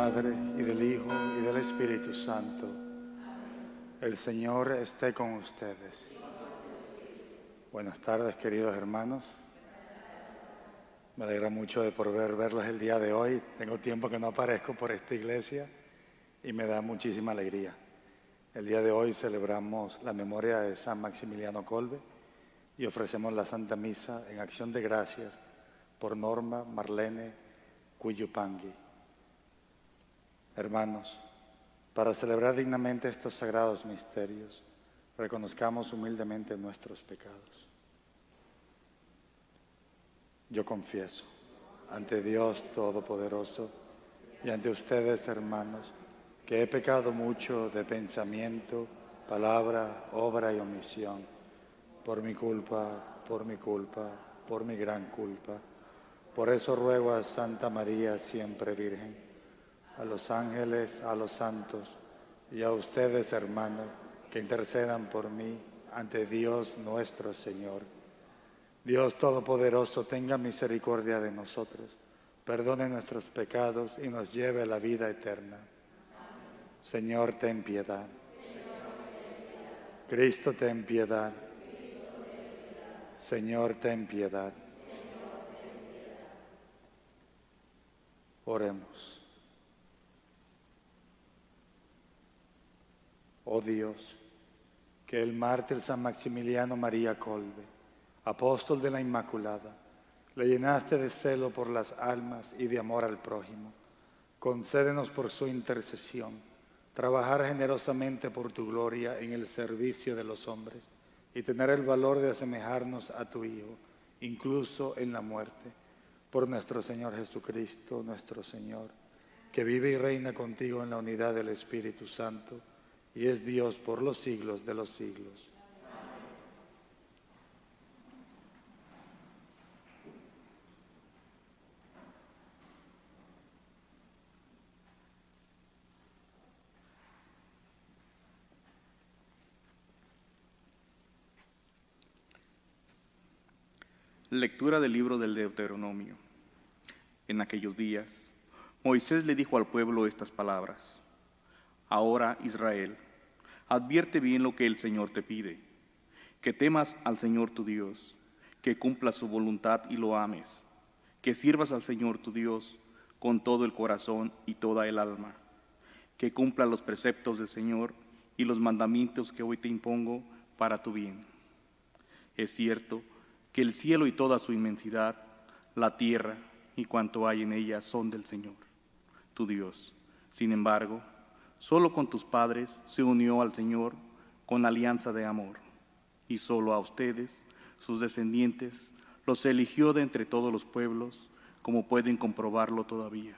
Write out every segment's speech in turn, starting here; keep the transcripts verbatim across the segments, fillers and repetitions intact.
Padre, y del Hijo, y del Espíritu Santo. El Señor esté con ustedes. Buenas tardes, queridos hermanos. Me alegra mucho de poder verlos el día de hoy. Tengo tiempo que no aparezco por esta iglesia y me da muchísima alegría. El día de hoy celebramos la memoria de San Maximiliano Kolbe y ofrecemos la Santa Misa en acción de gracias por Norma Marlene Cuyupangui. Hermanos, para celebrar dignamente estos sagrados misterios, reconozcamos humildemente nuestros pecados. Yo confieso ante Dios Todopoderoso y ante ustedes, hermanos, que he pecado mucho de pensamiento, palabra, obra y omisión, por mi culpa, por mi culpa, por mi gran culpa. Por eso ruego a Santa María, siempre Virgen, a los ángeles, a los santos y a ustedes, hermanos, que intercedan por mí ante Dios nuestro Señor. Dios Todopoderoso, tenga misericordia de nosotros, perdone nuestros pecados y nos lleve a la vida eterna. Señor, ten piedad. Cristo, ten piedad. Señor, ten piedad. Oremos. Oh Dios, que el mártir San Maximiliano María Kolbe, apóstol de la Inmaculada, le llenaste de celo por las almas y de amor al prójimo. Concédenos por su intercesión trabajar generosamente por tu gloria en el servicio de los hombres y tener el valor de asemejarnos a tu Hijo, incluso en la muerte, por nuestro Señor Jesucristo, nuestro Señor, que vive y reina contigo en la unidad del Espíritu Santo y es Dios por los siglos de los siglos. Lectura del libro del Deuteronomio. En aquellos días, Moisés le dijo al pueblo estas palabras: Ahora, Israel, advierte bien lo que el Señor te pide, que temas al Señor tu Dios, que cumplas su voluntad y lo ames, que sirvas al Señor tu Dios con todo el corazón y toda el alma, que cumpla los preceptos del Señor y los mandamientos que hoy te impongo para tu bien. Es cierto que el cielo y toda su inmensidad, la tierra y cuanto hay en ella son del Señor, tu Dios. Sin embargo, solo con tus padres se unió al Señor con alianza de amor, y solo a ustedes, sus descendientes, los eligió de entre todos los pueblos, como pueden comprobarlo todavía.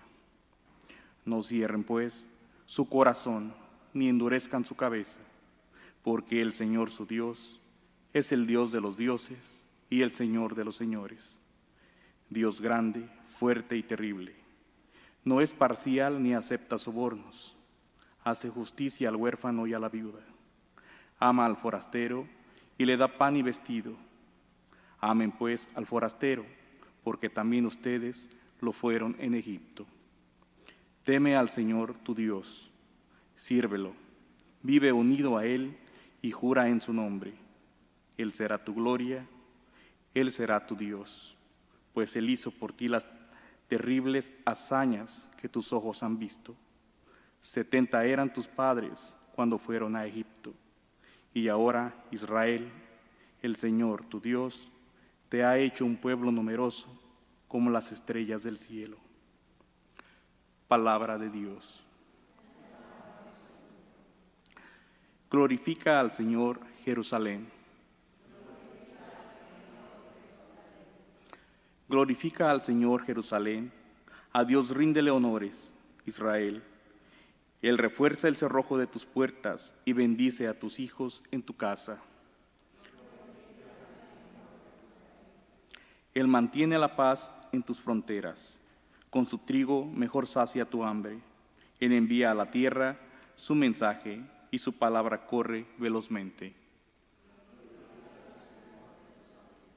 No cierren, pues, su corazón, ni endurezcan su cabeza, porque el Señor su Dios es el Dios de los dioses y el Señor de los señores, Dios grande, fuerte y terrible. No es parcial ni acepta sobornos, hace justicia al huérfano y a la viuda, ama al forastero y le da pan y vestido. Amen pues al forastero, porque también ustedes lo fueron en Egipto. Teme al Señor tu Dios, sírvelo, vive unido a Él y jura en su nombre. Él será tu gloria, Él será tu Dios, pues Él hizo por ti las terribles hazañas que tus ojos han visto. Setenta eran tus padres cuando fueron a Egipto, y ahora, Israel, el Señor tu Dios, te ha hecho un pueblo numeroso como las estrellas del cielo. Palabra de Dios. Glorifica al Señor, Jerusalén. Glorifica al Señor, Jerusalén. A Dios ríndele honores, Israel. Él refuerza el cerrojo de tus puertas y bendice a tus hijos en tu casa. Él mantiene la paz en tus fronteras. Con su trigo mejor sacia tu hambre. Él envía a la tierra su mensaje y su palabra corre velozmente.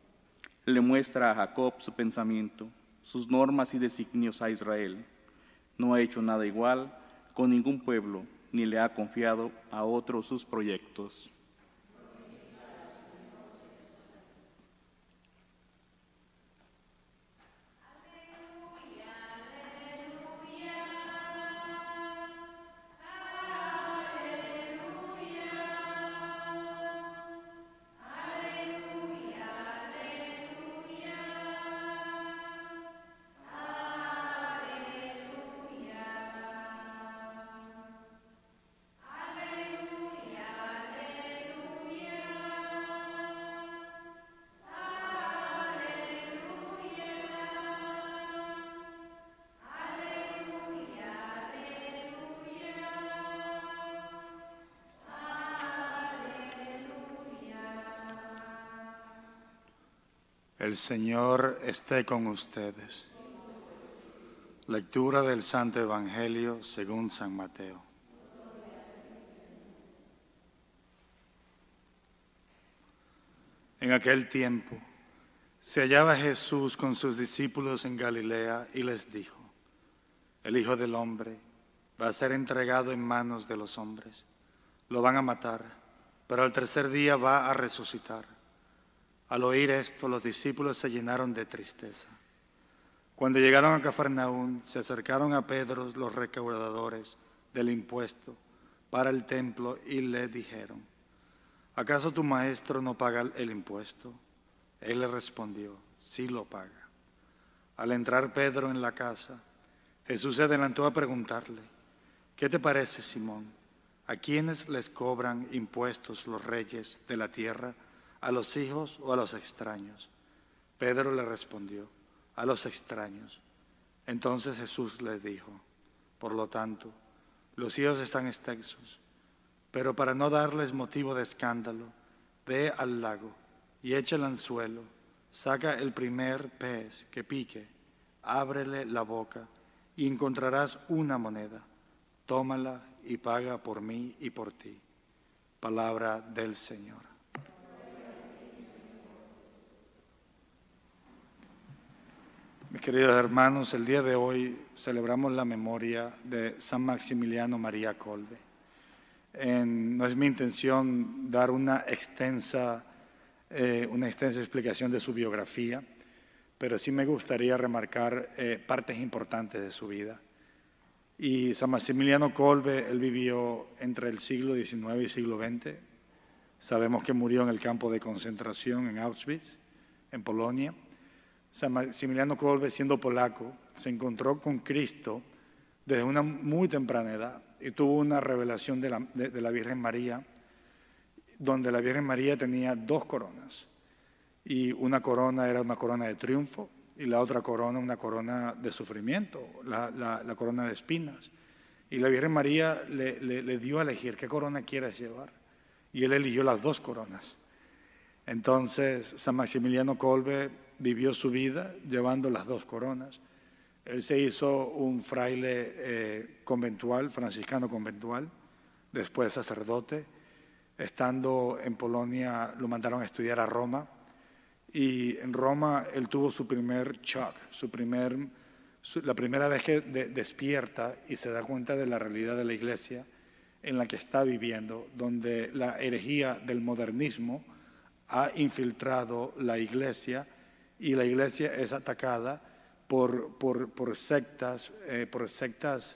Le muestra a Jacob su pensamiento, sus normas y designios a Israel. No ha hecho nada igual con ningún pueblo, ni le ha confiado a otro sus proyectos. El Señor esté con ustedes. Lectura del Santo Evangelio según San Mateo. En aquel tiempo se hallaba Jesús con sus discípulos en Galilea y les dijo: el Hijo del Hombre va a ser entregado en manos de los hombres. Lo van a matar, pero al tercer día va a resucitar. Al oír esto, los discípulos se llenaron de tristeza. Cuando llegaron a Cafarnaúm, se acercaron a Pedro los recaudadores del impuesto para el templo y le dijeron: ¿acaso tu maestro no paga el impuesto? Él le respondió: sí lo paga. Al entrar Pedro en la casa, Jesús se adelantó a preguntarle: ¿qué te parece, Simón? ¿A quiénes les cobran impuestos los reyes de la tierra? ¿A los hijos o a los extraños? Pedro le respondió: a los extraños. Entonces Jesús les dijo: por lo tanto, los hijos están extensos, pero para no darles motivo de escándalo, ve al lago y echa el anzuelo, saca el primer pez que pique, ábrele la boca y encontrarás una moneda. Tómala y paga por mí y por ti. Palabra del Señor. Mis queridos hermanos, el día de hoy celebramos la memoria de San Maximiliano María Kolbe. En, no es mi intención dar una extensa, eh, una extensa explicación de su biografía, pero sí me gustaría remarcar eh, partes importantes de su vida. Y San Maximiliano Kolbe, él vivió entre el siglo diecinueve y siglo veinte. Sabemos que murió en el campo de concentración en Auschwitz, en Polonia. San Maximiliano Kolbe, siendo polaco, se encontró con Cristo desde una muy temprana edad y tuvo una revelación de la, de, de la Virgen María, donde la Virgen María tenía dos coronas. Y una corona era una corona de triunfo y la otra corona una corona de sufrimiento, la, la, la corona de espinas. Y la Virgen María le, le, le dio a elegir qué corona quieres llevar. Y él eligió las dos coronas. Entonces, San Maximiliano Kolbe vivió su vida llevando las dos coronas. Él se hizo un fraile eh, conventual, franciscano conventual, después sacerdote. Estando en Polonia, lo mandaron a estudiar a Roma. Y en Roma él tuvo su primer shock, su primer, su, la primera vez que de, despierta y se da cuenta de la realidad de la Iglesia en la que está viviendo, donde la herejía del modernismo ha infiltrado la Iglesia y la Iglesia es atacada por, por, por sectas, eh, por sectas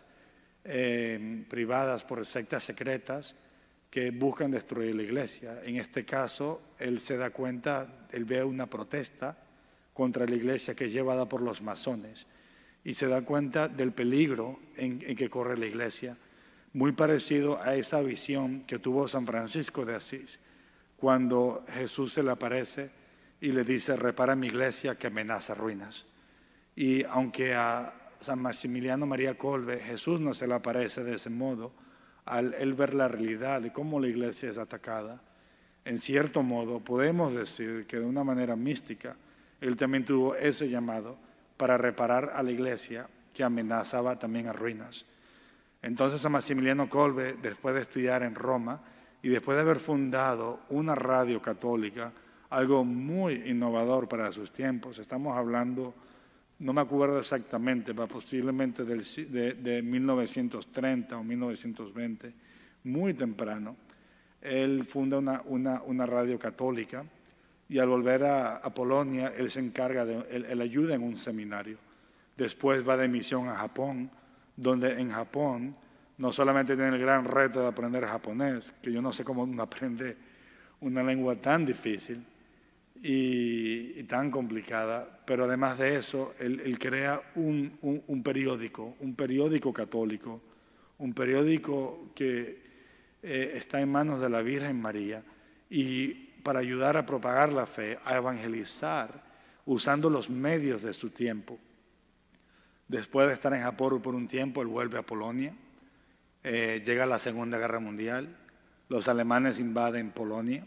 eh, privadas, por sectas secretas que buscan destruir la Iglesia. En este caso, él se da cuenta, él ve una protesta contra la Iglesia que es llevada por los masones y se da cuenta del peligro en, en que corre la Iglesia, muy parecido a esa visión que tuvo San Francisco de Asís, cuando Jesús se le aparece y le dice: repara mi iglesia que amenaza ruinas. Y aunque a San Maximiliano María Kolbe Jesús no se le aparece de ese modo, al él ver la realidad de cómo la iglesia es atacada, en cierto modo podemos decir que de una manera mística él también tuvo ese llamado para reparar a la iglesia que amenazaba también a ruinas. Entonces San Maximiliano Kolbe, después de estudiar en Roma y después de haber fundado una radio católica, algo muy innovador para sus tiempos, estamos hablando no me acuerdo exactamente, pero posiblemente del, de, de mil novecientos treinta o mil novecientos veinte, muy temprano, él funda una, una, una radio católica y al volver a, a Polonia, él se encarga, de, él, él ayuda en un seminario. Después va de misión a Japón, donde en Japón no solamente tiene el gran reto de aprender japonés, que yo no sé cómo uno aprende una lengua tan difícil y, y tan complicada, pero además de eso, él, él crea un, un, un periódico, un periódico católico, un periódico que eh, está en manos de la Virgen María, y para ayudar a propagar la fe, a evangelizar, usando los medios de su tiempo. Después de estar en Japón por un tiempo, él vuelve a Polonia, eh, llega la Segunda Guerra Mundial, los alemanes invaden Polonia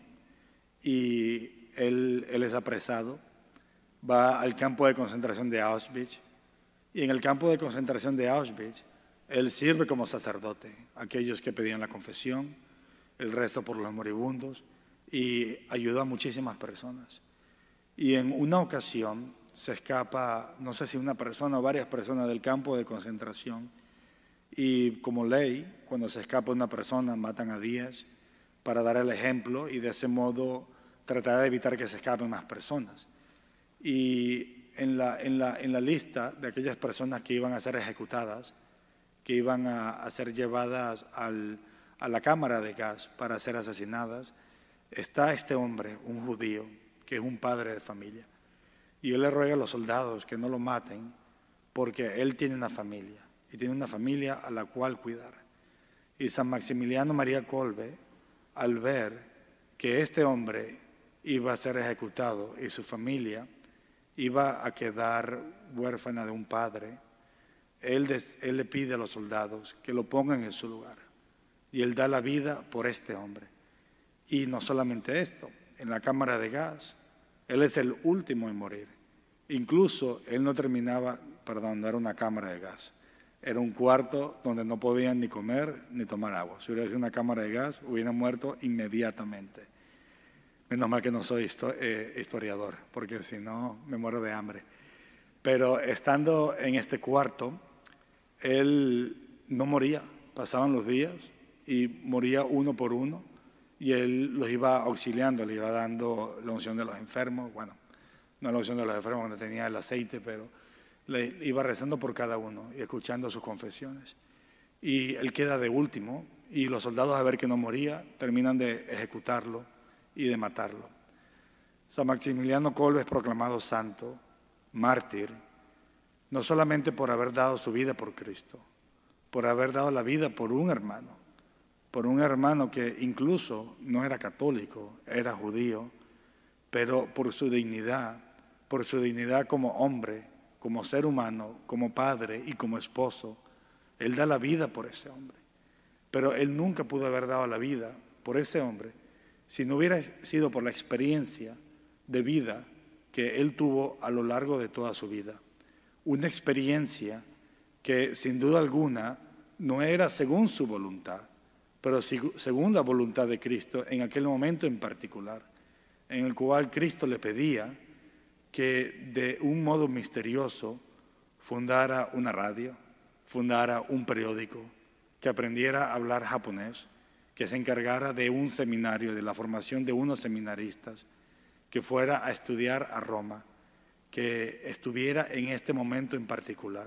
y él, él es apresado, va al campo de concentración de Auschwitz, y en el campo de concentración de Auschwitz, él sirve como sacerdote, aquellos que pedían la confesión, el rezo por los moribundos, y ayudó a muchísimas personas. Y en una ocasión se escapa, no sé si una persona o varias personas del campo de concentración, y como ley, cuando se escapa una persona, matan a diez para dar el ejemplo y de ese modo tratar de evitar que se escapen más personas. Y en la, en la, en la lista de aquellas personas que iban a ser ejecutadas, que iban a, a ser llevadas al, a la cámara de gas para ser asesinadas, está este hombre, un judío, que es un padre de familia. Y él le ruega a los soldados que no lo maten porque él tiene una familia y tiene una familia a la cual cuidar. Y San Maximiliano María Kolbe, al ver que este hombre iba a ser ejecutado y su familia iba a quedar huérfana de un padre, él, des, él le pide a los soldados que lo pongan en su lugar. Y él da la vida por este hombre. Y no solamente esto, en la cámara de gas, él es el último en morir. Incluso él no terminaba, perdón, no era una cámara de gas, era un cuarto donde no podían ni comer ni tomar agua. Si hubiera sido una cámara de gas, hubiera muerto inmediatamente. Menos mal que no soy historiador, porque si no me muero de hambre. Pero estando en este cuarto, él no moría, pasaban los días y moría uno por uno, y él los iba auxiliando, le iba dando la unción de los enfermos, bueno, no la unción de los enfermos cuando tenía el aceite, pero le iba rezando por cada uno y escuchando sus confesiones. Y él queda de último, y los soldados, a ver que no moría, terminan de ejecutarlo y de matarlo. San Maximiliano Kolbe es proclamado santo, mártir, no solamente por haber dado su vida por Cristo, por haber dado la vida por un hermano, por un hermano que incluso no era católico, era judío, pero por su dignidad, por su dignidad como hombre, como ser humano, como padre y como esposo, él da la vida por ese hombre. Pero él nunca pudo haber dado la vida por ese hombre si no hubiera sido por la experiencia de vida que él tuvo a lo largo de toda su vida. Una experiencia que sin duda alguna no era según su voluntad, pero según la voluntad de Cristo en aquel momento en particular, en el cual Cristo le pedía que de un modo misterioso fundara una radio, fundara un periódico, que aprendiera a hablar japonés, que se encargara de un seminario, de la formación de unos seminaristas, que fuera a estudiar a Roma, que estuviera en este momento en particular.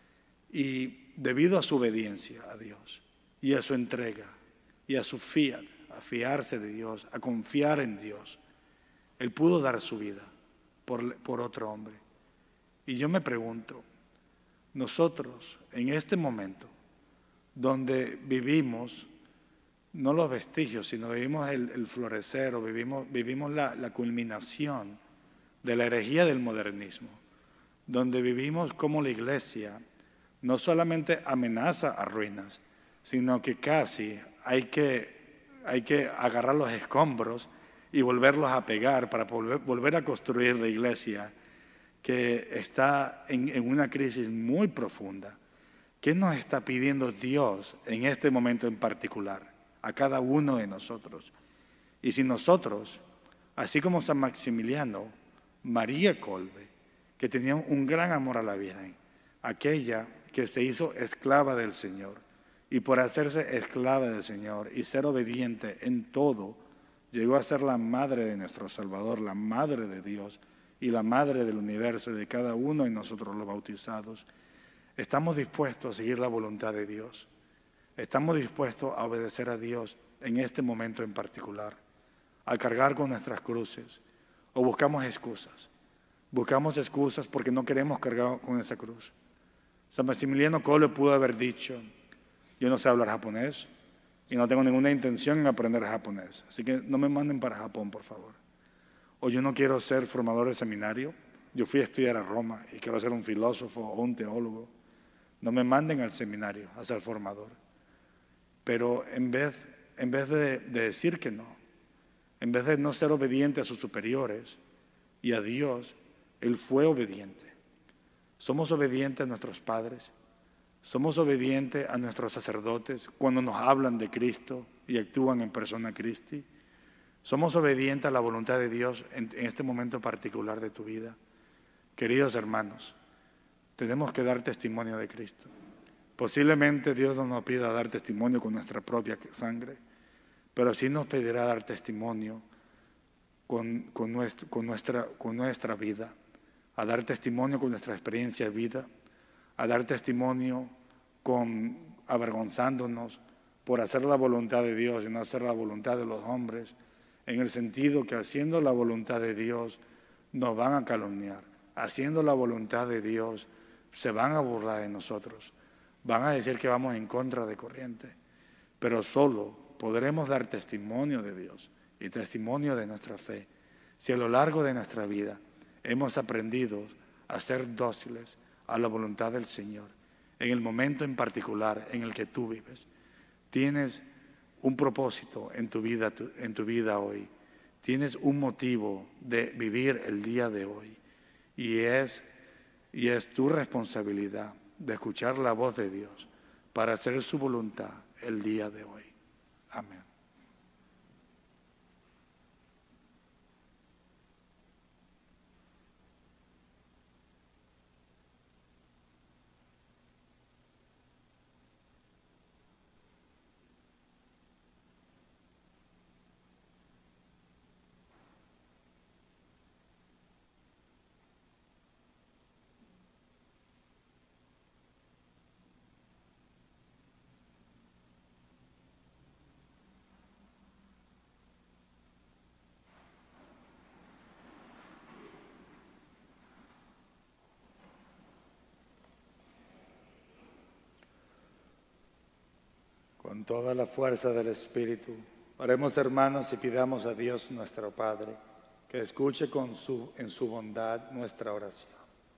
Y debido a su obediencia a Dios y a su entrega y a su fiat, a fiarse de Dios, a confiar en Dios, él pudo dar su vida por, por otro hombre. Y yo me pregunto, nosotros en este momento, donde vivimos, no los vestigios, sino vivimos el, el florecer, o vivimos, vivimos la, la culminación de la herejía del modernismo, donde vivimos como la Iglesia no solamente amenaza a ruinas, sino que casi hay que, hay que agarrar los escombros y volverlos a pegar para volver, volver a construir la Iglesia, que está en, en una crisis muy profunda. ¿Qué nos está pidiendo Dios en este momento en particular a cada uno de nosotros? Y si nosotros, así como San Maximiliano, María Kolbe, que tenían un gran amor a la Virgen, aquella que se hizo esclava del Señor, y por hacerse esclava del Señor y ser obediente en todo, llegó a ser la madre de nuestro Salvador, la madre de Dios y la madre del universo, de cada uno de nosotros los bautizados. Estamos dispuestos a seguir la voluntad de Dios. Estamos dispuestos a obedecer a Dios en este momento en particular, a cargar con nuestras cruces, o buscamos excusas. Buscamos excusas porque no queremos cargar con esa cruz. San Maximiliano Kolbe pudo haber dicho: yo no sé hablar japonés y no tengo ninguna intención en aprender japonés, así que no me manden para Japón, por favor. O yo no quiero ser formador de seminario, yo fui a estudiar a Roma y quiero ser un filósofo o un teólogo. No me manden al seminario a ser formador. Pero en vez, en vez de, de decir que no, en vez de no ser obediente a sus superiores y a Dios, él fue obediente. Somos obedientes a nuestros padres, somos obedientes a nuestros sacerdotes cuando nos hablan de Cristo y actúan en persona Christi. Somos obedientes a la voluntad de Dios en, en este momento particular de tu vida. Queridos hermanos, tenemos que dar testimonio de Cristo. Posiblemente Dios no nos pida dar testimonio con nuestra propia sangre, pero sí nos pedirá dar testimonio con, con, nuestro, con, nuestra, con nuestra vida, a dar testimonio con nuestra experiencia de vida, a dar testimonio con avergonzándonos por hacer la voluntad de Dios y no hacer la voluntad de los hombres, en el sentido que haciendo la voluntad de Dios nos van a calumniar, haciendo la voluntad de Dios se van a burlar de nosotros, van a decir que vamos en contra de corriente, pero solo podremos dar testimonio de Dios y testimonio de nuestra fe si a lo largo de nuestra vida hemos aprendido a ser dóciles a la voluntad del Señor. En el momento en particular en el que tú vives, tienes un propósito en tu vida, en tu vida hoy. Tienes un motivo de vivir el día de hoy. Y es, y es tu responsabilidad de escuchar la voz de Dios para hacer su voluntad el día de hoy. Amén. Con toda la fuerza del Espíritu, oremos, hermanos, y pidamos a Dios nuestro Padre que escuche con su, en su bondad nuestra oración.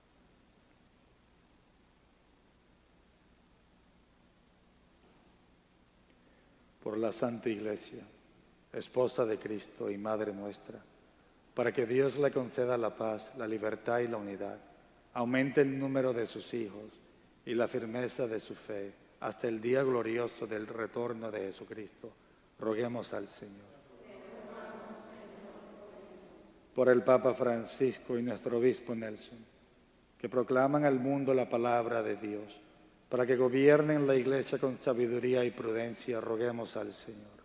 Por la Santa Iglesia, esposa de Cristo y Madre nuestra, para que Dios le conceda la paz, la libertad y la unidad, aumente el número de sus hijos y la firmeza de su fe, hasta el día glorioso del retorno de Jesucristo. Roguemos al Señor. Por el Papa Francisco y nuestro obispo Nelson, que proclaman al mundo la palabra de Dios, para que gobiernen la Iglesia con sabiduría y prudencia, roguemos al Señor.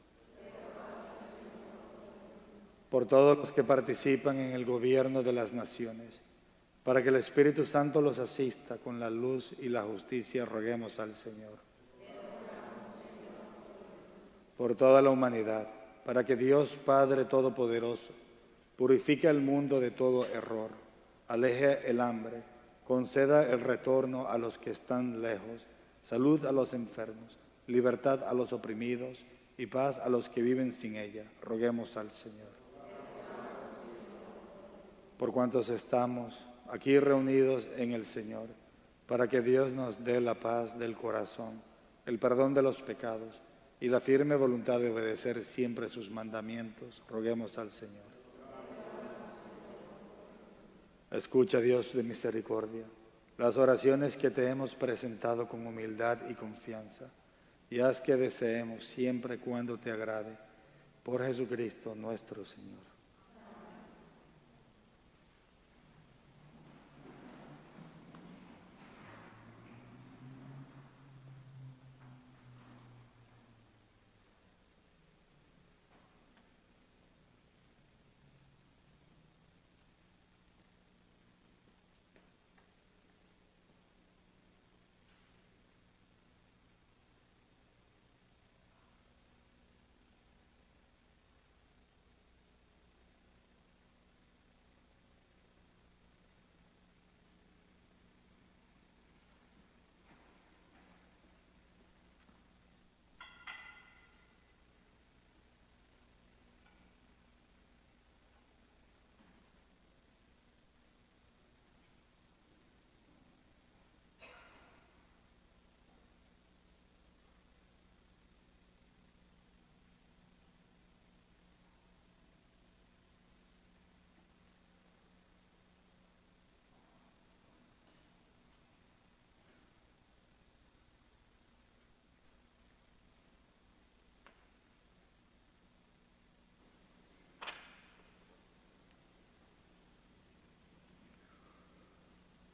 Por todos los que participan en el gobierno de las naciones, para que el Espíritu Santo los asista con la luz y la justicia, roguemos al Señor. Por toda la humanidad, para que Dios Padre Todopoderoso purifique el mundo de todo error, aleje el hambre, conceda el retorno a los que están lejos, salud a los enfermos, libertad a los oprimidos y paz a los que viven sin ella, roguemos al Señor. Por cuantos estamos aquí reunidos en el Señor, para que Dios nos dé la paz del corazón, el perdón de los pecados y la firme voluntad de obedecer siempre sus mandamientos, roguemos al Señor. Escucha, Dios de misericordia, las oraciones que te hemos presentado con humildad y confianza, y haz que deseemos siempre cuando te agrade, por Jesucristo nuestro Señor.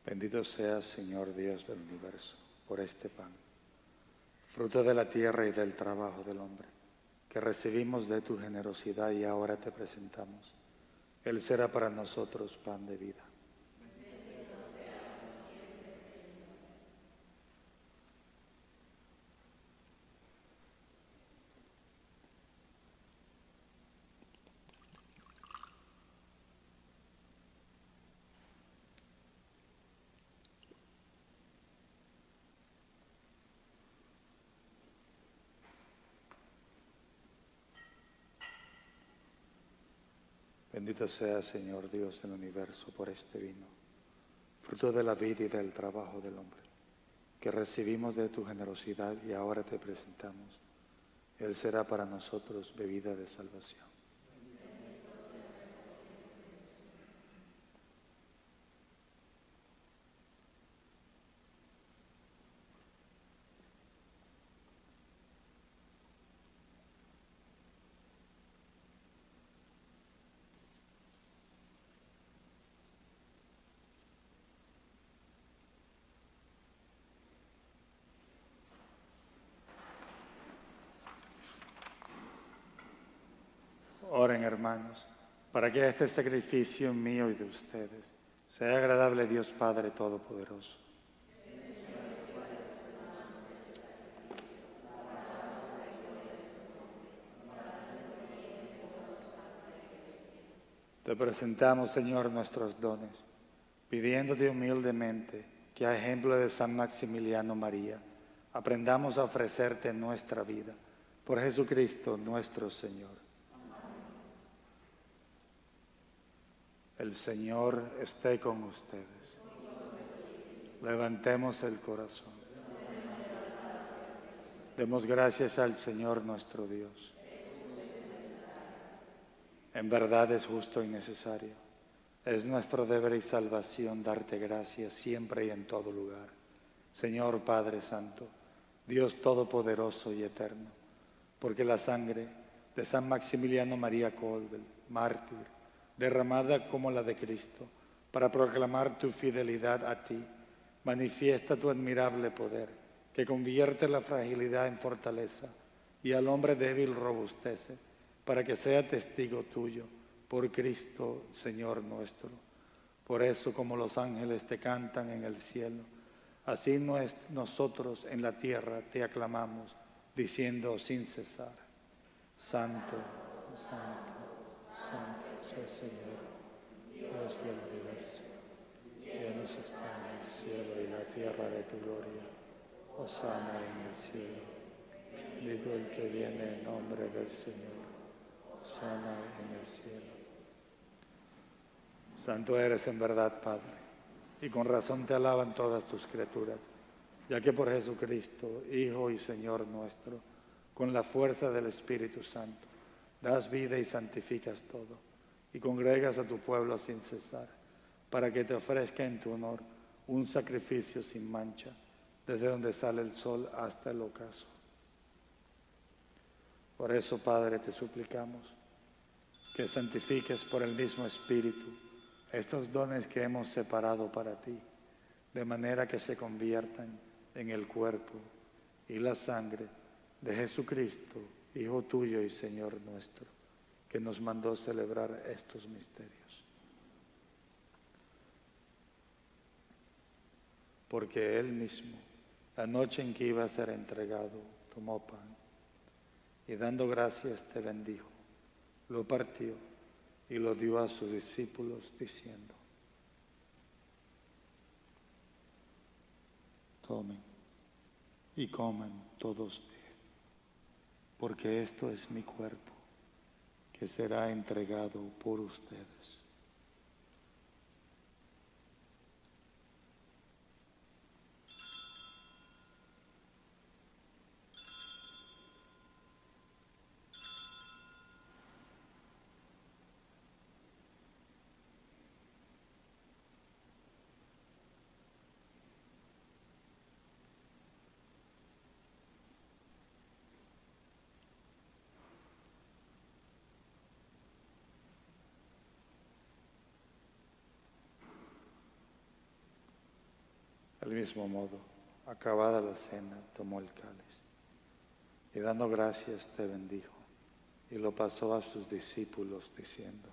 Bendito seas, Señor Dios del universo, por este pan, fruto de la tierra y del trabajo del hombre, que recibimos de tu generosidad y ahora te presentamos. Él será para nosotros pan de vida. Bendito sea, Señor Dios del universo, por este vino, fruto de la vida y del trabajo del hombre, que recibimos de tu generosidad y ahora te presentamos. Él será para nosotros bebida de salvación. Oren, hermanos, para que este sacrificio mío y de ustedes sea agradable a Dios Padre Todopoderoso. Te presentamos, Señor, nuestros dones, pidiéndote humildemente que, a ejemplo de San Maximiliano María, aprendamos a ofrecerte nuestra vida por Jesucristo nuestro Señor. El Señor esté con ustedes. Levantemos el corazón. Demos gracias al Señor nuestro Dios. En verdad es justo y necesario. Es nuestro deber y salvación darte gracias siempre y en todo lugar. Señor Padre Santo, Dios Todopoderoso y Eterno, porque la sangre de San Maximiliano María Kolbe, mártir, derramada como la de Cristo, para proclamar tu fidelidad a ti, manifiesta tu admirable poder, que convierte la fragilidad en fortaleza y al hombre débil robustece, para que sea testigo tuyo, por Cristo, Señor nuestro. Por eso, como los ángeles te cantan en el cielo, así nosotros en la tierra te aclamamos, diciendo sin cesar: Santo, Santo, Santo. El Señor, Dios del universo, llenos están el cielo y la tierra de tu gloria. Hosana en el cielo. Bendito el que viene en nombre del Señor. Hosana en el cielo. Santo eres en verdad, Padre, y con razón te alaban todas tus criaturas, ya que por Jesucristo, Hijo y Señor nuestro, con la fuerza del Espíritu Santo, das vida y santificas todo, y congregas a tu pueblo sin cesar, para que te ofrezca en tu honor un sacrificio sin mancha, desde donde sale el sol hasta el ocaso. Por eso, Padre, te suplicamos que santifiques por el mismo Espíritu estos dones que hemos separado para ti, de manera que se conviertan en el cuerpo y la sangre de Jesucristo, Hijo tuyo y Señor nuestro, que nos mandó celebrar estos misterios. Porque Él mismo, la noche en que iba a ser entregado, tomó pan y dando gracias te bendijo, lo partió y lo dio a sus discípulos diciendo: Tomen y coman todos de él, porque esto es mi cuerpo, que será entregado por ustedes. Del mismo modo, acabada la cena, tomó el cáliz y dando gracias te bendijo y lo pasó a sus discípulos diciendo: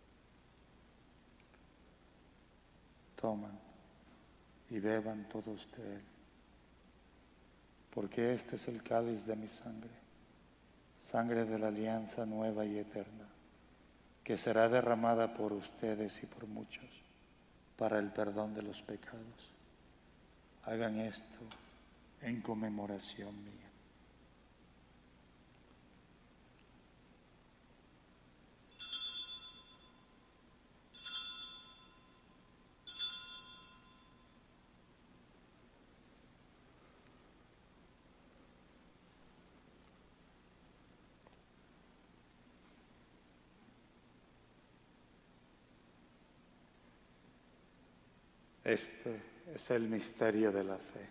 toman y beban todos de él, porque este es el cáliz de mi sangre, sangre de la alianza nueva y eterna, que será derramada por ustedes y por muchos para el perdón de los pecados. Hagan esto en conmemoración mía. Este es el misterio de la fe.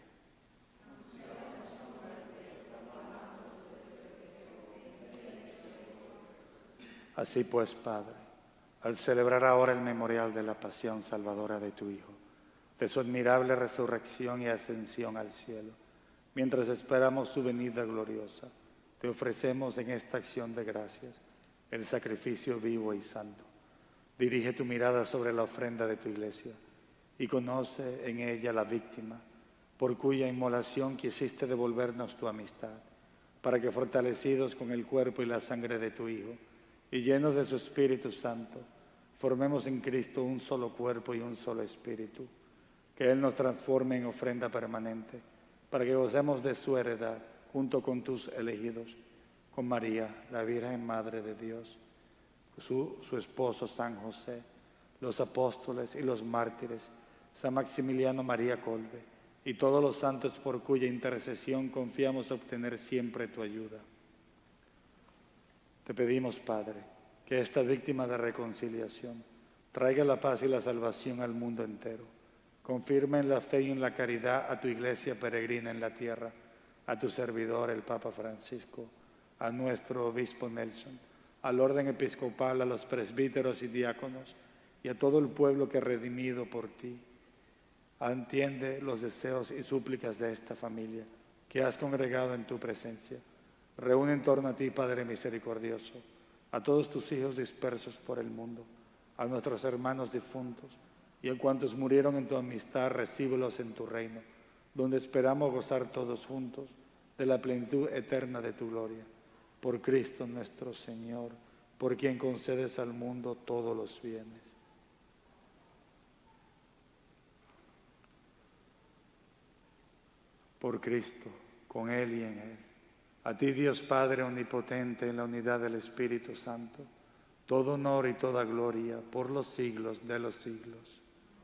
Así pues, Padre, al celebrar ahora el memorial de la pasión salvadora de tu Hijo, de su admirable resurrección y ascensión al cielo, mientras esperamos su venida gloriosa, te ofrecemos en esta acción de gracias el sacrificio vivo y santo. Dirige tu mirada sobre la ofrenda de tu iglesia y conoce en ella la víctima, por cuya inmolación quisiste devolvernos tu amistad, para que fortalecidos con el cuerpo y la sangre de tu Hijo, y llenos de su Espíritu Santo, formemos en Cristo un solo cuerpo y un solo espíritu, que Él nos transforme en ofrenda permanente, para que gocemos de su heredad, junto con tus elegidos, con María, la Virgen Madre de Dios, su, su esposo San José, los apóstoles y los mártires, San Maximiliano María Kolbe, y todos los santos por cuya intercesión confiamos obtener siempre tu ayuda. Te pedimos, Padre, que esta víctima de reconciliación traiga la paz y la salvación al mundo entero. Confirma en la fe y en la caridad a tu iglesia peregrina en la tierra, a tu servidor, el Papa Francisco, a nuestro obispo Nelson, al orden episcopal, a los presbíteros y diáconos, y a todo el pueblo que redimido por ti. Atiende los deseos y súplicas de esta familia que has congregado en tu presencia. Reúne en torno a ti, Padre misericordioso, a todos tus hijos dispersos por el mundo, a nuestros hermanos difuntos, y a cuantos murieron en tu amistad, recíbelos en tu reino, donde esperamos gozar todos juntos de la plenitud eterna de tu gloria. Por Cristo nuestro Señor, por quien concedes al mundo todos los bienes. Por Cristo, con Él y en Él. A ti, Dios Padre omnipotente, en la unidad del Espíritu Santo, todo honor y toda gloria por los siglos de los siglos.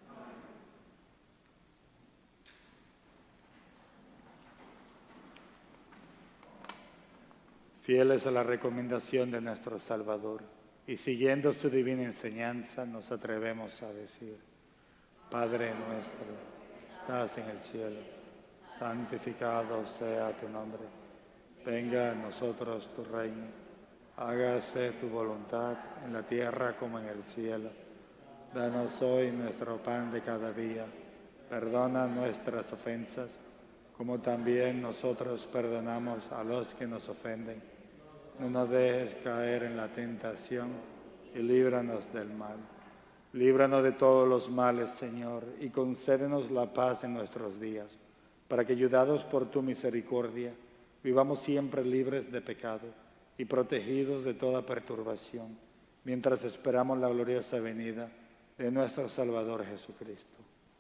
Fieles a la recomendación de nuestro Salvador y siguiendo su divina enseñanza, nos atrevemos a decir: Padre nuestro, estás en el cielo, santificado sea tu nombre. Venga a nosotros tu reino, hágase tu voluntad en la tierra como en el cielo. Danos hoy nuestro pan de cada día, perdona nuestras ofensas, como también nosotros perdonamos a los que nos ofenden. No nos dejes caer en la tentación y líbranos del mal. Líbranos de todos los males, Señor, y concédenos la paz en nuestros días, para que, ayudados por tu misericordia, vivamos siempre libres de pecado y protegidos de toda perturbación, mientras esperamos la gloriosa venida de nuestro Salvador Jesucristo.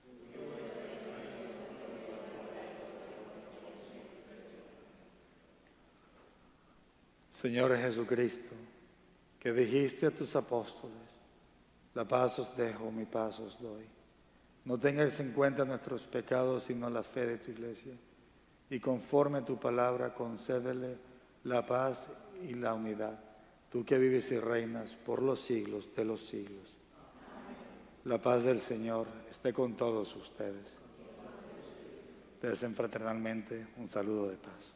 Señor Jesucristo, que dijiste a tus apóstoles: la paz os dejo, mi paz os doy. No tengas en cuenta nuestros pecados, sino la fe de tu iglesia. Y conforme a tu palabra, concédele la paz y la unidad, tú que vives y reinas por los siglos de los siglos. La paz del Señor esté con todos ustedes. Desen fraternalmente un saludo de paz.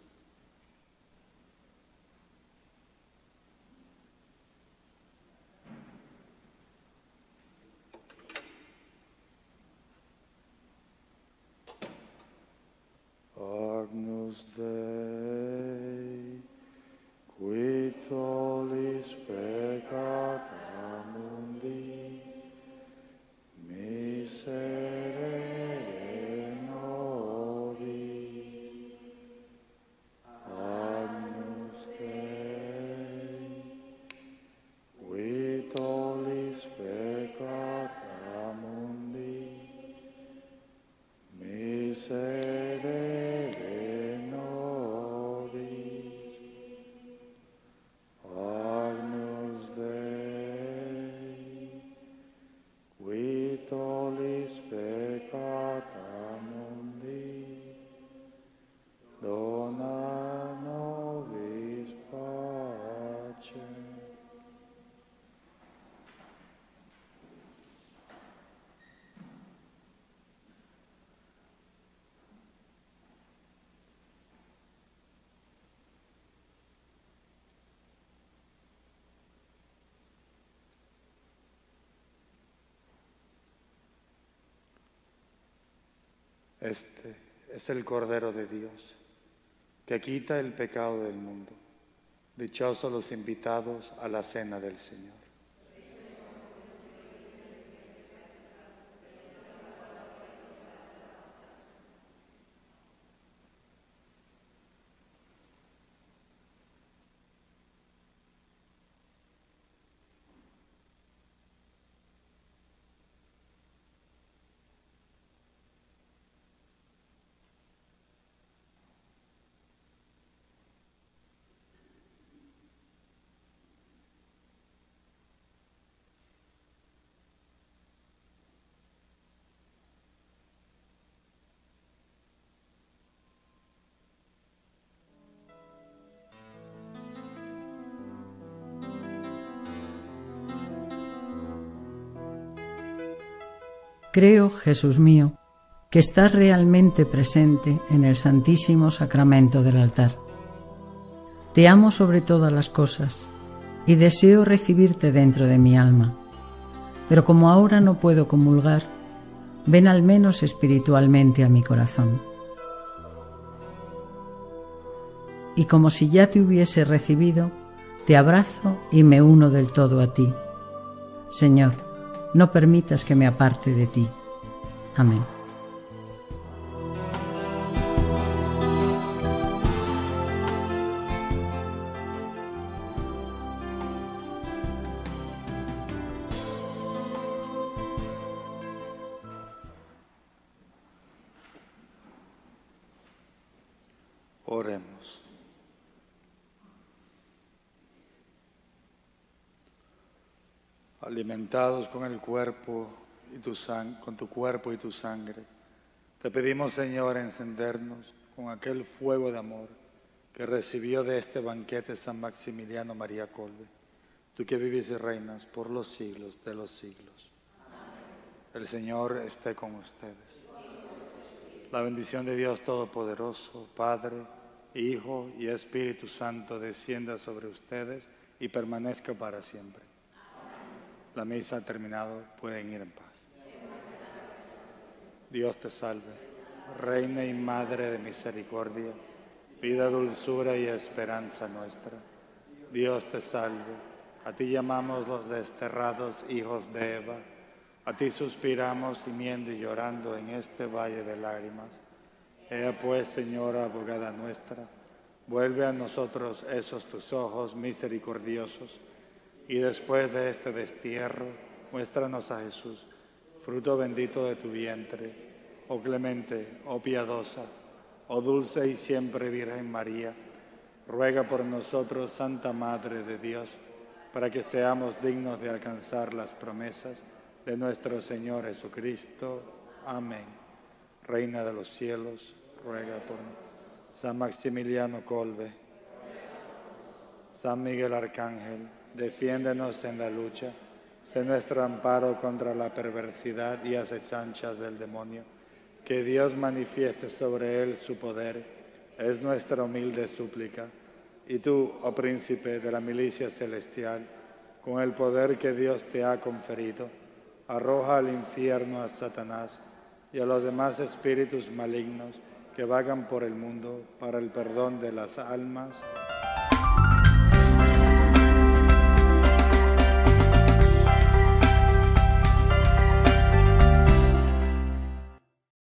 Este es el Cordero de Dios, que quita el pecado del mundo. Dichosos los invitados a la cena del Señor. Creo, Jesús mío, que estás realmente presente en el Santísimo Sacramento del altar. Te amo sobre todas las cosas y deseo recibirte dentro de mi alma. Pero como ahora no puedo comulgar, ven al menos espiritualmente a mi corazón. Y como si ya te hubiese recibido, te abrazo y me uno del todo a ti. Señor, no permitas que me aparte de ti. Amén. Oremos. Alimentados con el cuerpo y tu sang- con tu cuerpo y tu sangre, te pedimos, Señor, encendernos con aquel fuego de amor que recibió de este banquete San Maximiliano María Kolbe, tú que vives y reinas por los siglos de los siglos. El Señor esté con ustedes. La bendición de Dios Todopoderoso, Padre, Hijo y Espíritu Santo, descienda sobre ustedes y permanezca para siempre. La misa ha terminado, pueden ir en paz. Dios te salve, Reina y Madre de misericordia, vida, dulzura y esperanza nuestra. Dios te salve, a ti llamamos los desterrados hijos de Eva, a ti suspiramos gimiendo y llorando en este valle de lágrimas. Ea pues, Señora, abogada nuestra, vuelve a nosotros esos tus ojos misericordiosos, y después de este destierro, muéstranos a Jesús, fruto bendito de tu vientre, oh clemente, oh piadosa, oh dulce y siempre Virgen María. Ruega por nosotros, Santa Madre de Dios, para que seamos dignos de alcanzar las promesas de nuestro Señor Jesucristo. Amén. Reina de los cielos, ruega por nosotros. San Maximiliano Kolbe, San Miguel Arcángel, defiéndenos en la lucha, sé nuestro amparo contra la perversidad y acechanzas del demonio. Que Dios manifieste sobre él su poder, es nuestra humilde súplica. Y tú, oh príncipe de la milicia celestial, con el poder que Dios te ha conferido, arroja al infierno a Satanás y a los demás espíritus malignos que vagan por el mundo para el perdón de las almas.